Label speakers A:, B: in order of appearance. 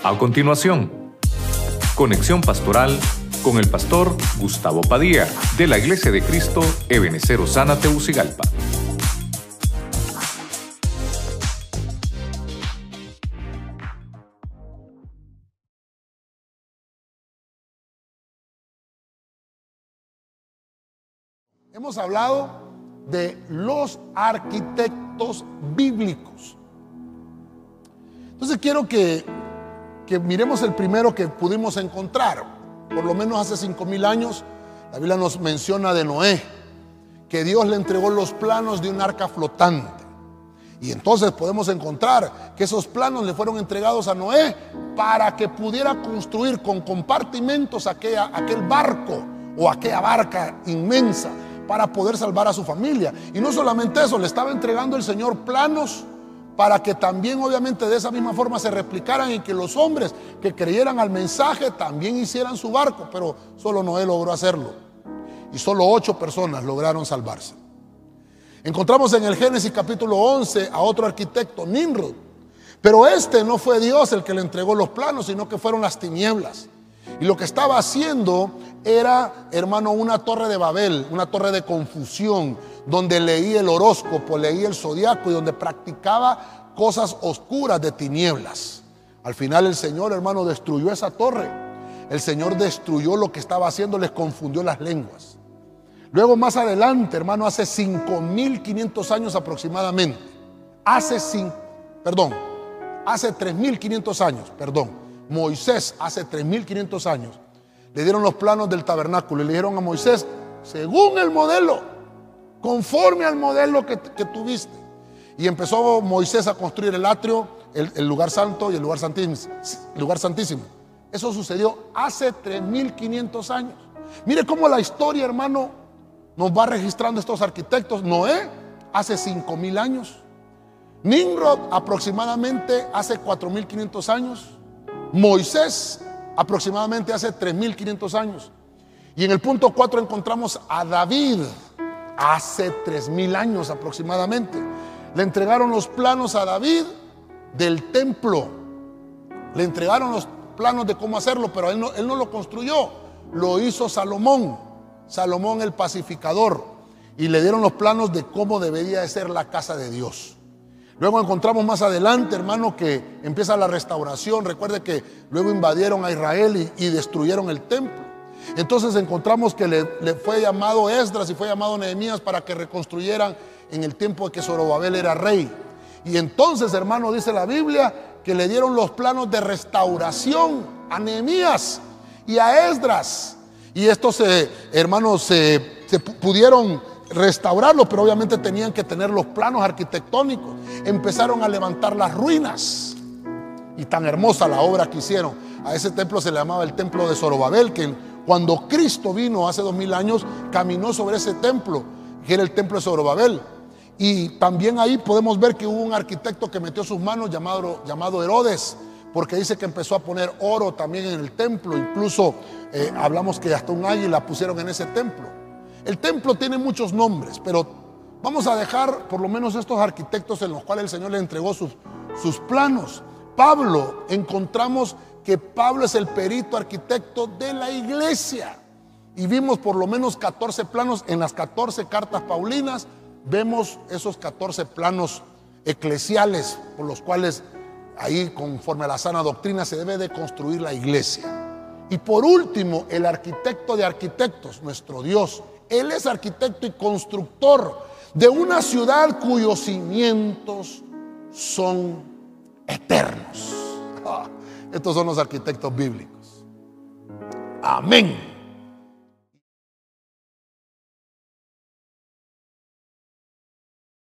A: A continuación, conexión pastoral con el pastor Gustavo Padilla de la Iglesia de Cristo Ebenecer Osana Tegucigalpa.
B: Hemos hablado de los arquitectos bíblicos. Entonces quiero que miremos el primero que pudimos encontrar. Por lo menos hace 5000 años, la Biblia nos menciona de Noé, que Dios le entregó los planos de un arca flotante. Y entonces podemos encontrar que esos planos le fueron entregados a Noé para que pudiera construir con compartimentos aquel barco o aquella barca inmensa para poder salvar a su familia. Y no solamente eso, le estaba entregando el Señor planos para que también obviamente de esa misma forma se replicaran y que los hombres que creyeran al mensaje también hicieran su barco. Pero solo Noé logró hacerlo y solo 8 personas lograron salvarse. Encontramos en el Génesis capítulo 11 a otro arquitecto, Nimrod, pero este no fue Dios el que le entregó los planos, sino que fueron las tinieblas. Y lo que estaba haciendo era, hermano, una torre de Babel, una torre de confusión, donde leía el horóscopo, leía el zodiaco y donde practicaba cosas oscuras de tinieblas. Al final el Señor, hermano, destruyó esa torre. El Señor destruyó lo que estaba haciendo, les confundió las lenguas. Luego más adelante, hermano, hace 5500 años aproximadamente, hace 3500 años, Moisés, hace 3500 años, le dieron los planos del tabernáculo y le dijeron a Moisés, según el modelo, conforme al modelo que tuviste. Y empezó Moisés a construir el atrio, el lugar santo y el lugar santísimo. Eso sucedió hace 3500 años. Mire cómo la historia, hermano, nos va registrando estos arquitectos. Noé hace 5000 años, Nimrod aproximadamente hace 4500 años, Moisés aproximadamente hace 3500 años. Y en el punto 4 encontramos a David hace 3000 años aproximadamente. Le entregaron los planos a David del templo. Le entregaron los planos de cómo hacerlo, pero él no lo construyó. Lo hizo Salomón el pacificador. Y le dieron los planos de cómo debería de ser la casa de Dios. Luego encontramos más adelante, hermano, que empieza la restauración. Recuerde que luego invadieron a Israel y destruyeron el templo. Entonces encontramos que le fue llamado Esdras y fue llamado Nehemías para que reconstruyeran en el tiempo de que Zorobabel era rey. Y entonces, hermano, dice la Biblia que le dieron los planos de restauración a Nehemías y a Esdras. Y estos hermanos se pudieron restaurarlo, pero obviamente tenían que tener los planos arquitectónicos. Empezaron a levantar las ruinas y tan hermosa la obra que hicieron. A ese templo se le llamaba el templo de Zorobabel, que cuando Cristo vino hace 2000 años caminó sobre ese templo, que era el templo de Zorobabel. Y también ahí podemos ver que hubo un arquitecto que metió sus manos llamado Herodes, porque dice que empezó a poner oro también en el templo. Incluso hablamos que hasta un águila pusieron en ese templo. El templo tiene muchos nombres, pero vamos a dejar por lo menos estos arquitectos en los cuales el Señor le entregó sus planos. Pablo, encontramos que Pablo es el perito arquitecto de la iglesia. Y vimos por lo menos 14 planos en las 14 cartas paulinas. Vemos esos 14 planos eclesiales por los cuales ahí, conforme a la sana doctrina, se debe de construir la iglesia. Y por último, el arquitecto de arquitectos, nuestro Dios. Él es arquitecto y constructor de una ciudad cuyos cimientos son eternos. Estos son los arquitectos bíblicos. Amén.